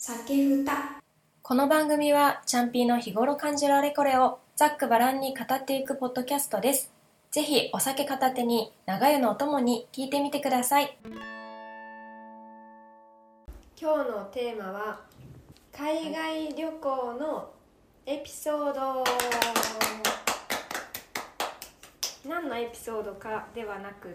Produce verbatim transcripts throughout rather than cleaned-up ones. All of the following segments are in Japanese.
酒ふた。 この番組はチャンピーの日頃感じるあれこれをざっくばらんに語っていくポッドキャストです。ぜひお酒片手に長湯のお供に聞いてみてください。 今日のテーマは海外旅行のエピソード。何のエピソードかではなくって、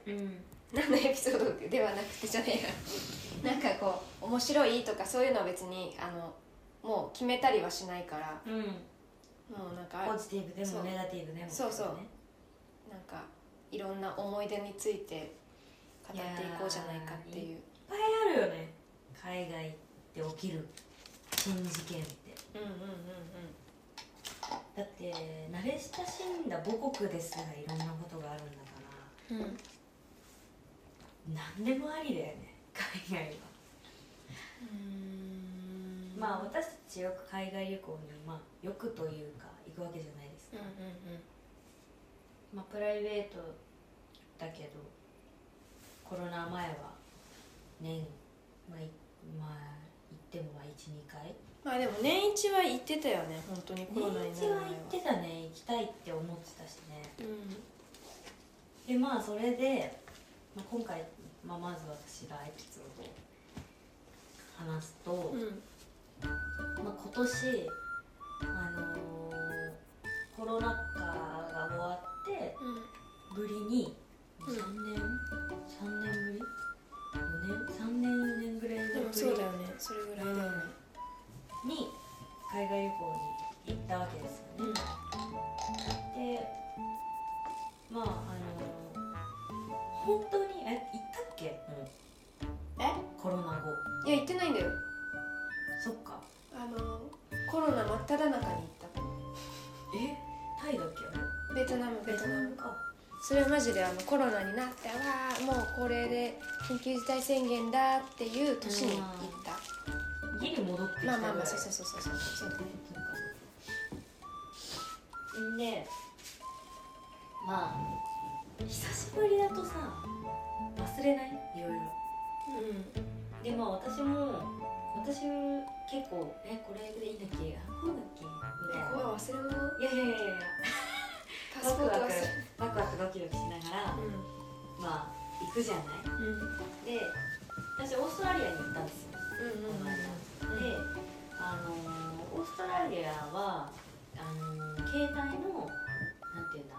うん、何のエピソードではなくてじゃねえやなんかこう面白いとかそういうのは別にあのもう決めたりはしないから、うん、もうなんかポジティブでもネガティブでも、ね、 そうそう、なんかいろんな思い出について語っていこうじゃないかっていう。いっぱいあるよね、海外で起きる珍事件って。うんうんうんうん。だって慣れ親しんだ母国ですらいろんなことがあるんだから、うん、何でもありだよね、海外は。うーん、まあ私たちよく海外旅行に、まあ、よくというか行くわけじゃないですか、うんうんうん、まあプライベートだけどコロナ前は年、まあ、まあ行ってもまあいち、にかい、 まあでも年一は行ってたよね、本当にコロナになる前は。 年一は行ってたね、行きたいって思ってたしね、うん、でまあそれで、まあ、今回、まあ、まず私がエピソードを話すと、うん、まあ、今年、あのー、コロナ禍が終わって、うん、ぶりにさんねん、さんねんぶりよねんさんねんよねんぐらいのぶり。でもそうだよね、それぐらいだよね、 うん、に海外旅行に行ったわけですよね、うん、でまああの本当にえ行ったっけ、もうえコロナ後。 いや行ってないんだよ。 そっか、 あのコロナ真っ只中に行った。 えタイだっけ。 ベトナムベトナムか。それはマジであのコロナになってわーもうこれで緊急事態宣言だっていう年に行った。 家に戻ってきたぐらい。 まあまあまあそうそうそうそうそうそうだね。 んでまあ久しぶりだとさ忘れない、いろいろ、うん、でまあ私も私結構えこれでいいんだっけ、あこうだっけみたいな。 これは忘れ物。 いやいやいやいやパスポート忘れワクワクドキドキしながら、うん、まあ行くじゃない、うん、で私オーストラリアに行ったんですよ、うんうんうん、であのー、オーストラリアはあのー、携帯のなんていうんだ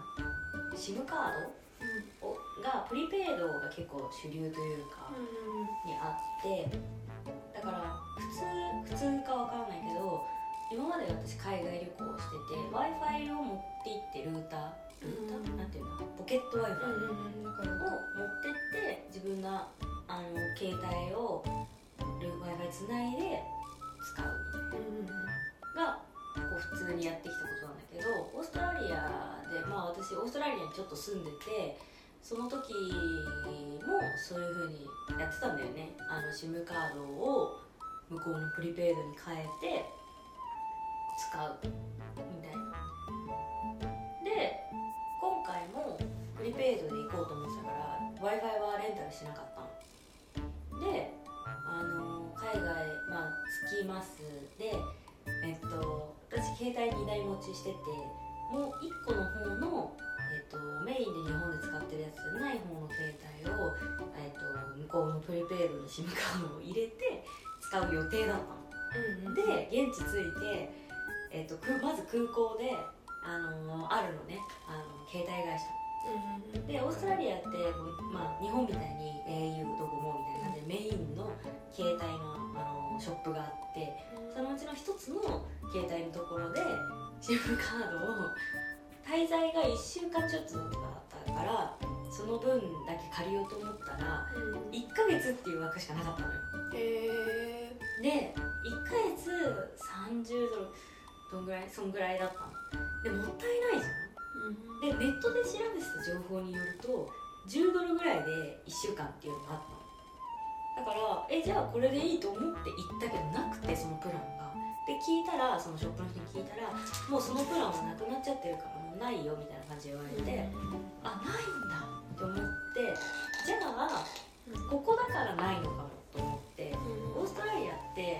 SIMカード、うん、がプリペイドが結構主流というか、うん、にあって、だから普通普通かわからないけど今まで私海外旅行をしてて Wi-Fi を持って行ってルータールーター、うん、なんていうのポケット Wi-Fi を持ってって自分のあの携帯を Wi-Fi つないで使うみたいな、うん、がこう普通にやってきたことなんだけど、オーストラリアでまあ私オーストラリアにちょっと住んでて、その時もそういう風にやってたんだよね。あの SIM カードを向こうのプリペイドに変えて使うみたいな。で今回もプリペイドで行こうと思ってたから Wi-Fi はレンタルしなかったので、あの海外まあ着きますで、えっと私携帯にだい持ちしてて、もういっこの方の、えっと、メインで日本で使ってるやつじゃない方の携帯を、えっと、向こうのプリペイドの SIM カードを入れて使う予定だったの、うんうん、で現地着いて、えっと、まず空港であのあるのね、あの携帯会社、うんうん、でオーストラリアって、まあ、日本みたいに エーユー ドコモみたいな感じでメインの携帯の、あのショップがあって、そのうちの一つの携帯のところで SIM カードを滞在がいっしゅうかんちょっとだったからその分だけ借りようと思ったら、うん、いっかげつっていう枠しかなかったのよ。へー。でいっかげつさんじゅうドルどんぐらいそんぐらいだったので、もったいないじゃん、うん、でネットで調べてた情報によるとじゅうドルぐらいでいっしゅうかんっていうのがあったのだから、えじゃあこれでいいと思って行ったけどなくて、そのプランがで聞いたら、そのショップの人に聞いたらもうそのプランはなくなっちゃってるからもうないよみたいな感じで言われて、うん、あないんだって思って、じゃあここだからないのかもと思って、うん、オーストラリアって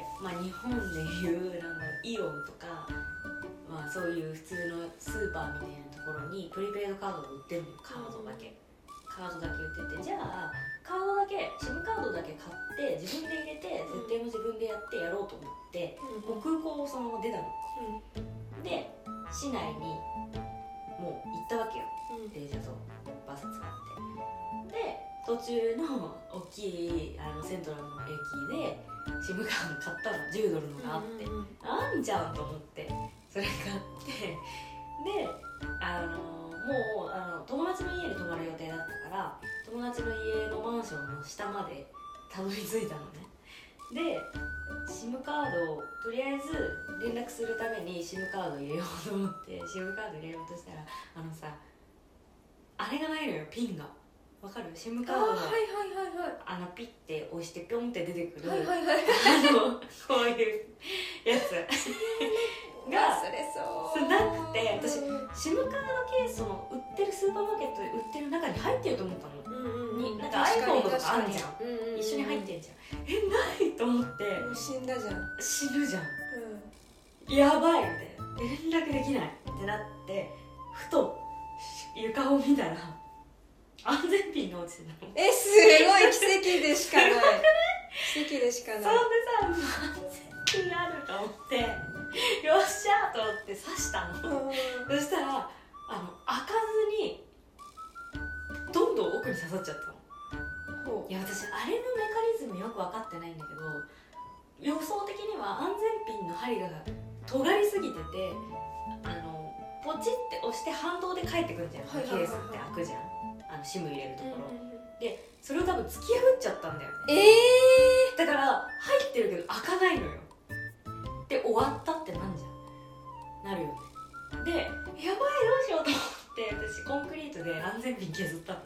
日本でいうなんだろうイオンとか、まあ、そういう普通のスーパーみたいなところにプリペイドカードが売ってるのよ。カードだけ、カードだけ売ってて、じゃあカードだけ SIM カードだけ買って自分で入れて設定も自分でやってやろうと思って、もう空港をそのまま出たの、で市内にもう行ったわけよ、電車とバス使って。で途中の大きいあのセントラルの駅で SIM カード買ったの。じゅうドルのがあって、うんうん、あんじゃんと思ってそれ買ってであのもうあの友達の家に泊まる予定だったから友達の家のマンションの下までたどり着いたのね。で SIM カードをとりあえず連絡するために SIM カード入れようと思って SIM カード入れようとしたらあのさあれがないのよ、ピンが。わかる？ SIM カードのあのピッて押してピョンって出てくる、はいはいはい、あのこういうやつがそれそうなくて、私 SIM カードケースの売ってるスーパーマーケットで売ってる中に入ってると思ったの、うんうん、になんか iPhone とかあるじゃん、うんうん、一緒に入ってんじゃん。え、ないと思ってもう死んだじゃん、 死ぬじゃん、うん、やばいみたいな、連絡できないってなってふと床を見たら安全ピンが落ちてたの。 え、すごい奇跡でしかない奇跡でしかない。 そんでさ、安全ピンあると思ってよっしゃーと思って刺したの、うん、そしたらあの開かずにどんどん奥に刺さっちゃったの。いや私あれのメカニズムよく分かってないんだけど、予想的には安全ピンの針が尖りすぎててあのポチって押して反動で返ってくるじゃん、はいはいはいはい、ケースって開くじゃん、あの SIM 入れるところ、うんうんうん、でそれを多分突き破っちゃったんだよね。 えー、 だから入ってるけど開かないのよ。で終わったってなんじゃんなるよね。でやばいどうしようと思って私コンクリートで安全ピン削ったの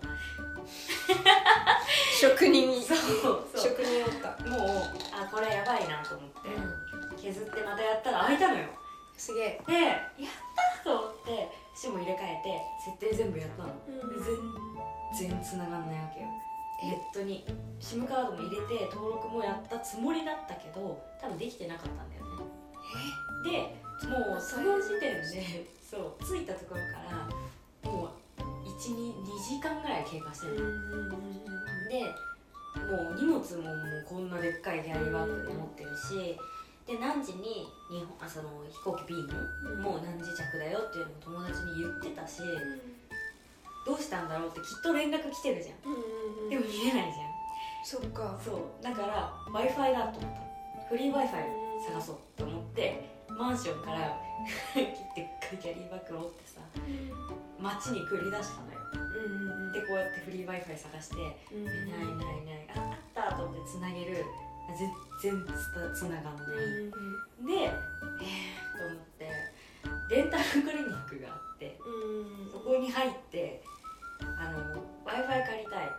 職人そうそう職人おった。 もうあこれやばいなと思って、うん、削ってまたやったら開いたのよ。 すげえ。 でやったと思って SIM 入れ替えて設定全部やったの、うん、で全然繋がんないわけよ。ネットに SIM カードも入れて登録もやったつもりだったけど多分できてなかったんだよね。でもうその時点でそう着いたところからもう いち、にじかんぐらい経過してる、うん、でもう荷物ももうこんなでっかいキャリーバッグで持ってるし、で何時に日本あその飛行機 B のもう何時着だよっていうのも友達に言ってたし、うん、どうしたんだろうってきっと連絡来てるじゃん、うんうんうん、でも見れないじゃん。 そっか。 そうだから Wi-Fi だと思ったの。フリー Wi-Fi 探そうと思ってマンションから切ってキャリーバッグを折ってさ街に繰り出したのよ、うんうんうん、でこうやってフリー Wi-Fi 探して、うんうん、ないないないあったと思ってつなげる、全然つながんない、うんうん、でえーと思ってデンタルクリニックがあって、うんうん、そこに入ってあの Wi-Fi 借りたい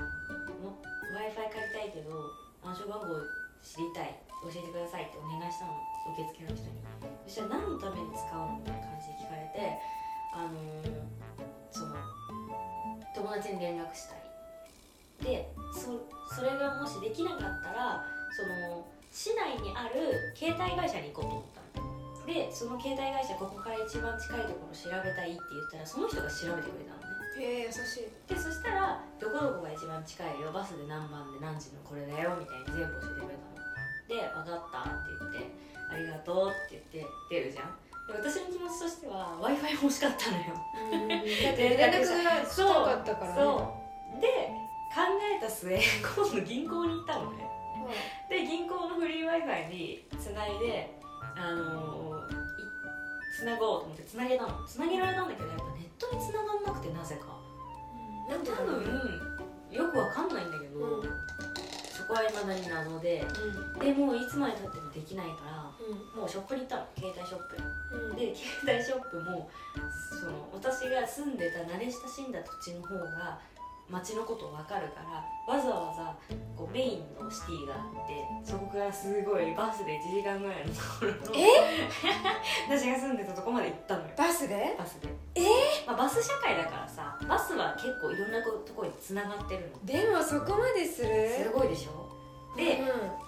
Wi-Fi 借りたいけど暗証番号知りたい教えてくださいってお願いしたの、受付の人に。そしたら何のために使うのみたいな感じで聞かれて、あのー、その友達に連絡したいで そ, それがもしできなかったらその市内にある携帯会社に行こうと思ったので、その携帯会社ここから一番近いところ調べたいって言ったらその人が調べてくれたのね。 へえ優しい。 でそしたらどこどこが一番近いよ、バスで何番で何時のこれだよみたいに全部教えてくれたので、分かったって言ってありがとうって言って出るじゃん。で私の気持ちとしては Wi-Fi 欲しかったのよ。 うんだって連絡がしたかったからね。 そうで考えた末今度銀行に行ったのね、うん、で銀行のフリー Wi-Fi につないであのー、つなごうと思ってつなげたの。つなげられたんだけどやっぱネットにつながんなくてなぜか、うん、なんで多分よくわかんないんだけど、うん、そこは未だに謎で、うん、でもういつまでたってもできないから、うん、もうショップに行ったの、携帯ショップに、うん、で携帯ショップもその私が住んでた慣れ親しんだ土地の方が街のこと分かるからわざわざこうメインのシティがあってそこからすごいバスでいちじかんぐらいのところのえ私が住んでたとこまで行ったのよ。 バスでバスでえまあ、バス社会だからさバスは結構いろんなところにつながってるの。 でもそこまでするすごいでしょ。で、うん、私の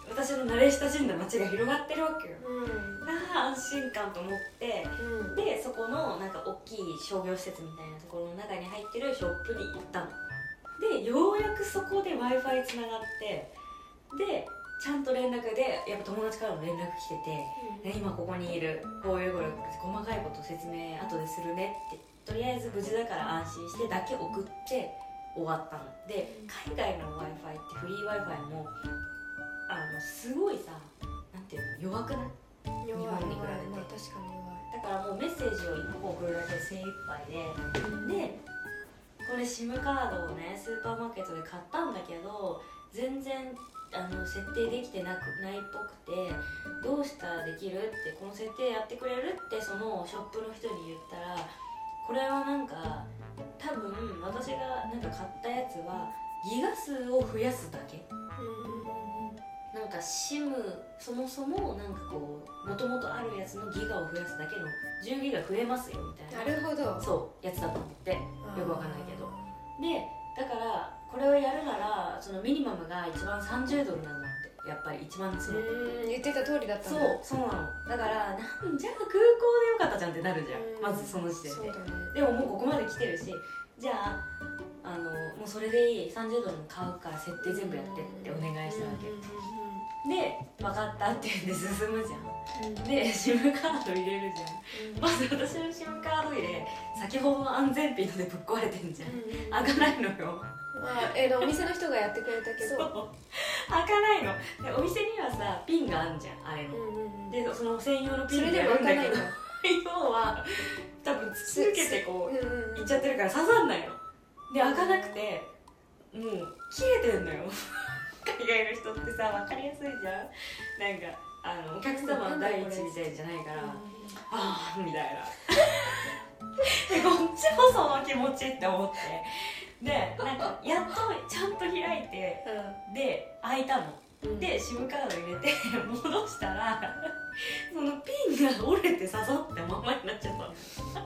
然慣れ親しんだ街が広がってるわけよ、 うん、 だから安心感と思って、うん、でそこのなんか大きい商業施設みたいなところの中に入ってるショップに行ったので、ようやくそこで Wi-Fi つながって、でちゃんと連絡でやっぱ友達からも連絡来てて、うん、今ここにいる、こういう細かいこと説明後でするねって、とりあえず無事だから安心してだけ送って終わったので、海外の Wi-Fi ってフリー Wi-Fi もあのすごいさ、なんていうの、弱くない？ 弱い、 日本に比べて、 まあ、確かに弱い。 だからもうメッセージをいっこ送るだけで精一杯で、うん、でこれ SIM カードをねスーパーマーケットで買ったんだけど全然あの設定できてなくないっぽくて、どうしたらできるってこの設定やってくれるってそのショップの人に言ったら、これはなんか多分私がなんか買ったやつはギガ数を増やすだけ、うん、なんか SIM そもそもなんかこうもともとあるやつのギガを増やすだけのじゅうギガ増えますよみたいな、 なるほど、 そうやつだと思って、よくわかんないけど、でだからこれをやるならそのミニマムが一番さんじゅうドルなんだって、やっぱり一番その言ってた通りだったんだ。 そうそうなの。だからなんじゃあ空港でよかったじゃんってなるじゃん、まずその時点で、ね、でももうここまで来てるし、じゃああのもうそれでいい、さんじゅうドルの買うから設定全部やってってお願いしたわけで、分かったって言って進むじゃん、で SIM カード入れるじゃん、まず私の SIM カード入れ先ほどの安全ピンでぶっ壊れてんじゃん、開かないのよ。 まあ、えー、お店の人がやってくれたけど開かないので、お店にはさピンがあるじゃん、あれの、うんうん、でその専用のピンでやるんだけど、要は多分突き抜けてこう、うんうん、いっちゃってるから刺さんないので、開かなくてもう切れてんのよ海外の人ってさ分かりやすいじゃん、なんかあのお客様の第一みたいじゃないから、うん、ああみたいなでこっちもその気持ちって思って、でなんかやっとちゃんと開いて、うん、で開いたの、うん、で SIM カード入れて戻したらそのピンが折れて刺さったままになっちゃったの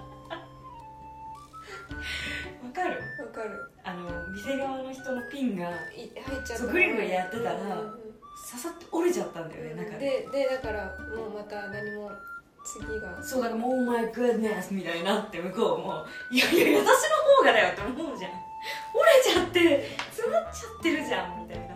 わかる？ わかる。 あの店側の人のピンが入っちゃった、 そうグリグリやってたら、うんうん、刺さって折れちゃったんだよね、うん、中で。 ででだからもうまた何も次がそうだからもう Oh my goodness みたいになって、向こうもいやいや私の方がだよって思うじゃん、折れちゃって詰まっちゃってるじゃんみたいな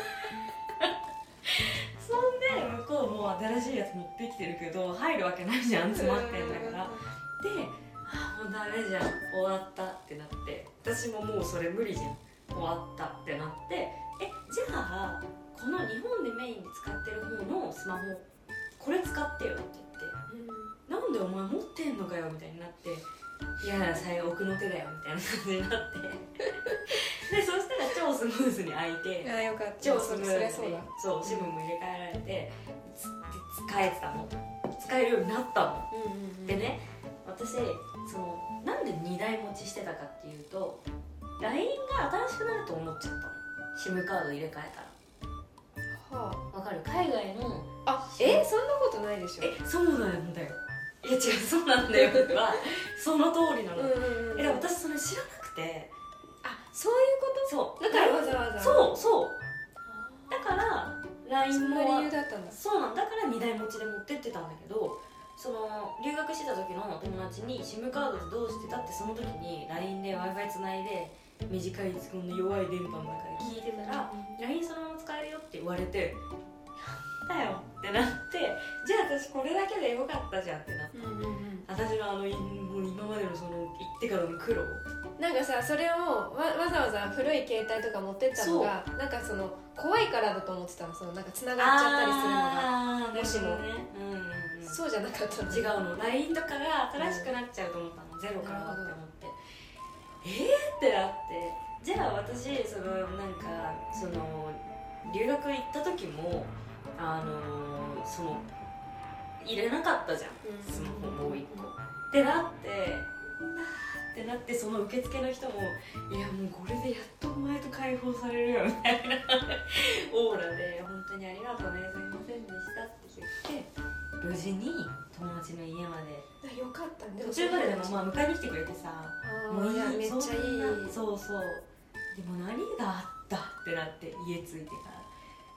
そんで向こうも新しいやつ持ってきてるけど入るわけないじゃん、詰まってんだから、であもうダメじゃん終わったってなって、私ももうそれ無理じゃん終わったってなって、えじゃあこの日本でメインで使ってる方のスマホこれ使ってよって言って、うん、なんでお前持ってんのかよみたいになって、いや最悪奥の手だよみたいな感じになってでそしたら超スムーズに開いて、 あよかった、 超スムーズにそう SIM も入れ替えられて使えてたの、使えるようになったの、うんうんうん、でね私そのなんでにだい持ちしてたかっていうと ライン が新しくなると思っちゃったの、 SIM カード入れ替えたら、はあ、わかる？海外のあえそんなことないでしょ、 えそうなんだよ、いや違うそうなんだよはその通りなの、うんうんうん、え私それ知らなくて、 あそういうこと、そうだからわざわざそうそうだから ライン もそんな理由だったんだ、 そうなんだからにだい持ちで持ってってたんだけど、その留学してた時の友達に SIM カードでどうしてたってその時に ライン で Wi-Fi つないで短いこの弱い電波の中で聞いてたら、うん、ライン そのまま使えるよって言われて、だよってなって、じゃあ私これだけでよかったじゃんってなった、うんうんうん、私のあのもう今までのその行ってからの苦労、 なんかさそれを わ, わざわざ古い携帯とか持ってったのがなんかその怖いからだと思ってたの、そのなんか繋がっちゃったりするのが、もしも、ねうんうんうん、そうじゃなかったの、 違うの ライン とかが新しくなっちゃうと思ったの、うん、ゼロからって思って、えーってなって、じゃあ私そのなんかその留学行った時もあのー、その入れなかったじゃん、うん、スマホもう一個、うん、ってなってってなって、その受付の人もいやもうこれでやっとお前と解放されるよみたいなオーラで本当にありがとうねすみませんでしたって言って、無事に友達の家まで、 よかったんで途中まででもまあ迎えに来てくれてさ、 もういい、めっちゃいい、 そうそう、でも何があったってなって家着いてから、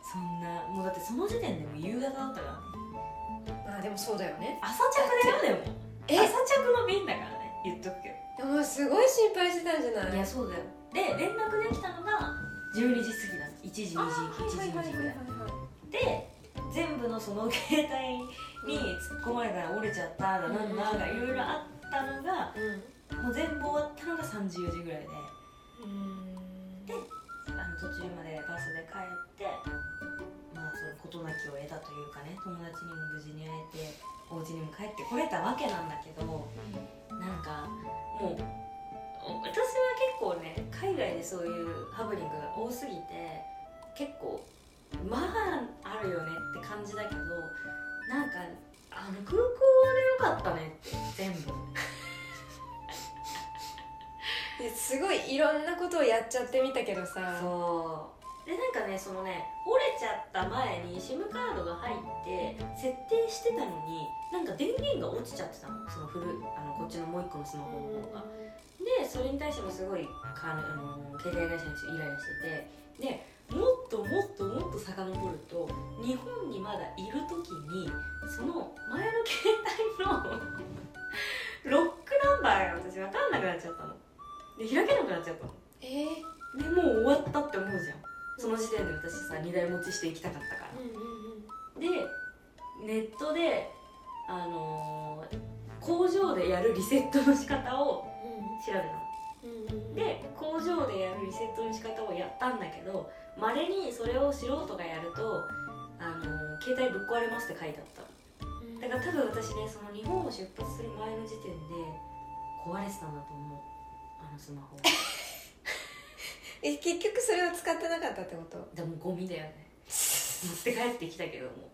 そんなもうだってその時点でもう夕方だったからね。 まあでもそうだよね。 朝着だよ。でもえ朝着の便だからね、言っとくけど。 でもすごい心配してたんじゃない？ いやそうだよ。で連絡できたのがじゅうにじ過ぎだ。いちじにじいちじにじぐらいで、全部のその携帯に突っ込まれたら折れちゃっただなんだがいろいろあったのが、うん、もう全部終わったのがさんじよじぐらいで、うん、であの途中までバスで帰って、まあその事なきを得たというかね、友達にも無事に会えてお家にも帰ってこれたわけなんだけど、うん、なんかもう私は結構ね海外でそういうハプニングが多すぎて結構まああるよねって感じだけど、なんかあの空港でよかったねって全部すごいいろんなことをやっちゃってみたけどさ、 そうでなんかねそのね折れちゃった前に SIM カードが入って設定してたのになんか電源が落ちちゃってたの、その古あのこっちのもう一個のスマホの方が。でそれに対してもすごいあの携帯会社の人イライラしてて、でもっともっともっと遡ると日本にまだいる時にその前の携帯のロックナンバーが私分かんなくなっちゃったので開けなくなっちゃったの。えー、でもう終わったって思うじゃん。その時点で私さにだい持ちして行きたかったから、うんうんうん、でネットであのー、工場でやるリセットの仕方を調べたの、うんうんうん、で工場でやるリセットの仕方をやったんだけど、まれにそれを素人がやるとあのー、携帯ぶっ壊れますって書いてあったの、うん、だから多分私ねその日本を出発する前の時点で壊れてたんだと思う、あのスマホえ結局それを使ってなかったってこと？ でもゴミだよね持って帰ってきたけども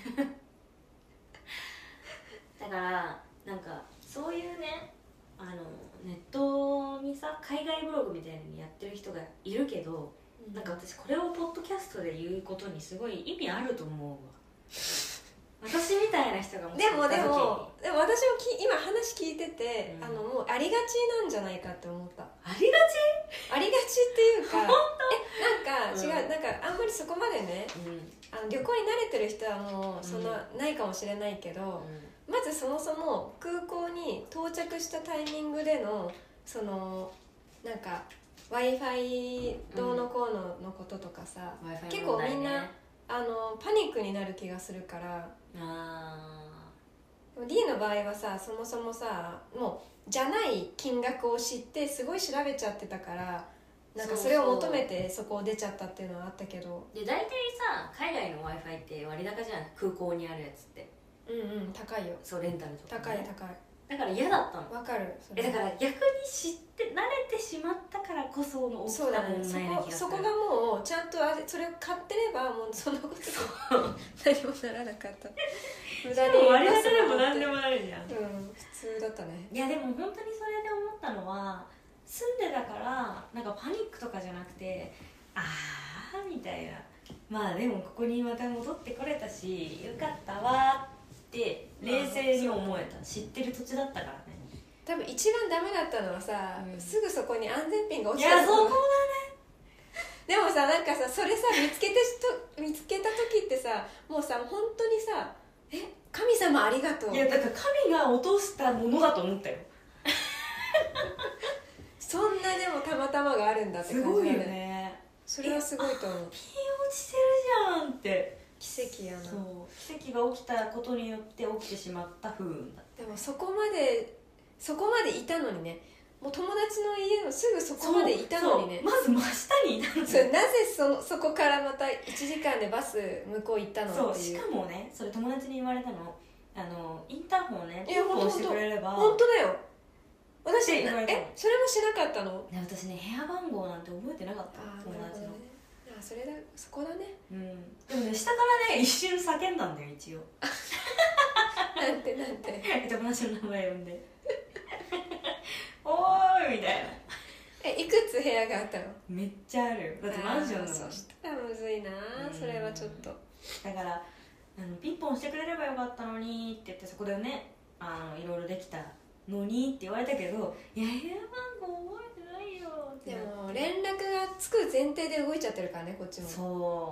だからなんかそういうねあのネットにさ海外ブログみたいにやってる人がいるけど、うん、なんか私これをポッドキャストで言うことにすごい意味あると思うわ私みたいな人がもしでもでもでも私もき今話聞いてて、うん、あのもうありがちなんじゃないかって思った。 ありがち？ ありがちっていうかえなんか違う、うん、なんかあんまりそこまでね、うん、あの旅行に慣れてる人はもうそんなないかもしれないけど、うん、まずそもそも空港に到着したタイミングでのそのなんか Wi-Fi どうのこうののこととかさ、うん、結構みんなあのパニックになる気がするから。あでも D の場合はさそもそもさもうじゃない金額を知ってすごい調べちゃってたからなんかそれを求めてそこを出ちゃったっていうのはあったけど、 で大体さ海外の Wi-Fi って割高じゃん、空港にあるやつって。 うんうん高いよ。 そうレンタルとか、 ね、高い高い。 だから嫌だったの。 わかる。 えだから逆に知って慣れてしまったからこその大きな問題な気がする。 そこがもうちゃんとあれそれを買ってればもうそのこと何もならなかった。無駄に割高でも何でもなるじゃん。 うん普通だったね。 いやでも本当にそれで思ったのは住んでたからなんかパニックとかじゃなくてあーみたいな、まあでもここにまた戻ってこれたしよかったわって冷静に思えた。知ってる土地だったからね。 多分一番ダメだったのはさ、うん、すぐそこに安全ピンが落ちた。 いやそこだね。 でもさなんかさそれさ見つけてと見つけた時ってさもうさ本当にさえ神様ありがとう。 いやだから神が落としたものだと思ったよそんなでもたまたまがあるんだって感じだね。 すごいよね。 それはすごいと思う。 ピン落ちてるじゃんって奇跡やな。 そう奇跡が起きたことによって起きてしまった不運だ。 でもそこまでそこまでいたのにね、もう友達の家のすぐそこまでいたのにね。 まず真下にいたのにそうなぜ そ, そこからまたいちじかんでバス向こう行ったのっていう。 そうしかもねそれ友達に言われたの、あのインターホンをねピンポンしてくれれば。 本当だよ。私えそれもしなかったの？ 私ね部屋番号なんて覚えてなかった。友達の。 あそれだそこだね。 うん。でもね下からね一瞬叫んだんだよ一応。 なんてなんて。 友達の名前呼んで。おーいみたいな。 えいくつ部屋があったの？ めっちゃある。だってマンションなの。 そしたらむずいなそれはちょっと。 だからあのピンポンしてくれればよかったのにって言ってそこでねあのいろいろできたのにって言われたけど、いや部屋番号覚えてないよって。 でも連絡がつく前提で動いちゃってるからねこっちも。 そ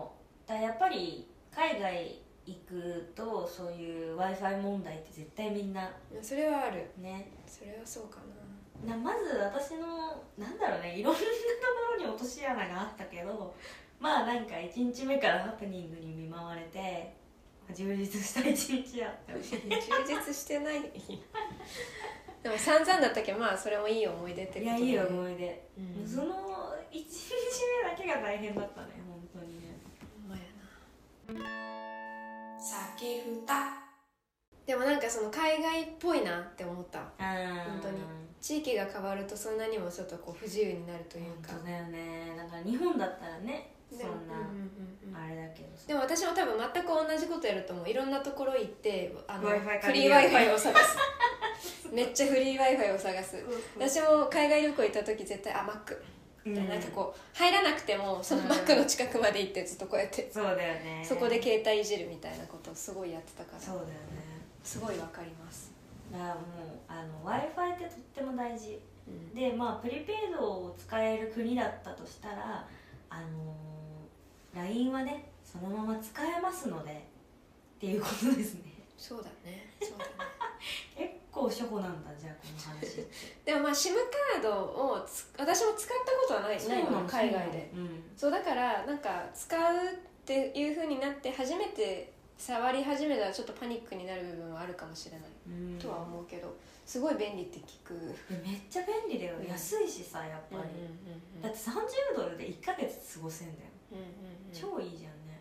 だやっぱり海外行くとそういう Wi-Fi 問題って絶対みんなそれはあるね。 それはそうかな。なまず私のなんだろうね、いろんなところに落とし穴があったけど、まあなんかいちにちめからハプニングに見舞われて充実したいちにちやったよ。 充実してないでも散々だったけど、まあそれもいい思い出ってことで。 いやいい思い出、 うん、 そのいちにちめだけが大変だったね本当にね。 ほんまやな。 酒ふた。 でもなんかその海外っぽいなって思った。 本当に地域が変わるとそんなにもちょっとこう不自由になるというか。 本当だよね。だから日本だったらねそんな、 うんうんうん、 あれだけどさ。 でも私も多分全く同じことやると思う。いろんなところ行ってあの Wi-Fi フリー Wi-Fi を探すめっちゃフリー Wi-Fi を探す。私も海外旅行行った時絶対あ Macみたいな、なんかこう入らなくてもその Mac の近くまで行ってずっとこうやって、 そうだよね、 そこで携帯いじるみたいなことをすごいやってたから、 そうだよね、 すごいわかります。 だからもうあの Wi-Fi ってとっても大事、うん、でまあプリペイドを使える国だったとしたらあのー、ライン はねそのまま使えますのでっていうことですね。 そうだね、そうだね結構初歩なんだじゃあこの話でもまあ SIM カードをつ私も使ったことはないないの海外で、うん、そうだからなんか使うっていう風になって初めて触り始めたらちょっとパニックになる部分はあるかもしれない、うん、とは思うけどすごい便利って聞く。 めっちゃ便利だよ、うん、安いしさやっぱり、うんうんうんうん、だってさんじゅうドルでいっかげつ過ごせんだよ、うんうんうん、超いいじゃんね。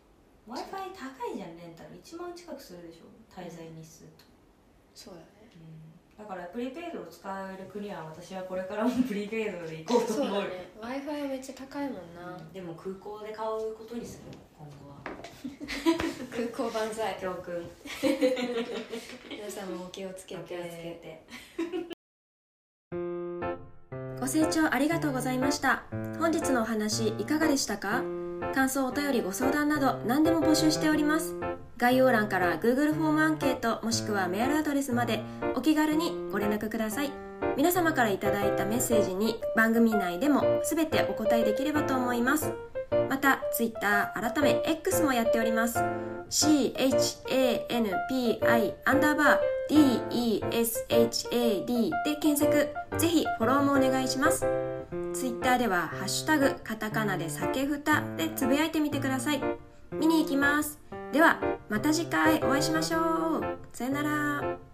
Wi-Fi 高いじゃんレンタルいちまん近くするでしょ滞在日数と、 そうだね、 うん、だからプリペイドを使える国は私はこれからもプリペイドで行こうと思う。そうだね、 Wi-Fi はめっちゃ高いもんな、うん、 でも空港で買うことにする今後は空港万歳教訓皆さんもお気をつけて、 お気をつけてご清聴ありがとうございました。本日のお話いかがでしたか？感想、お便り、ご相談など何でも募集しております。概要欄から Google フォームアンケートもしくはメールアドレスまでお気軽にご連絡ください。皆様からいただいたメッセージに番組内でも全てお答えできればと思います。また Twitter 改め X もやっております。 シーエイチエーエヌピーアイ アンダーバー ディーイーエスエイチエーディー で検索、ぜひフォローもお願いします。 Twitter ではハッシュタグカタカナで酒ふたでつぶやいてみてください。見に行きます。ではまた次回お会いしましょう。さよなら。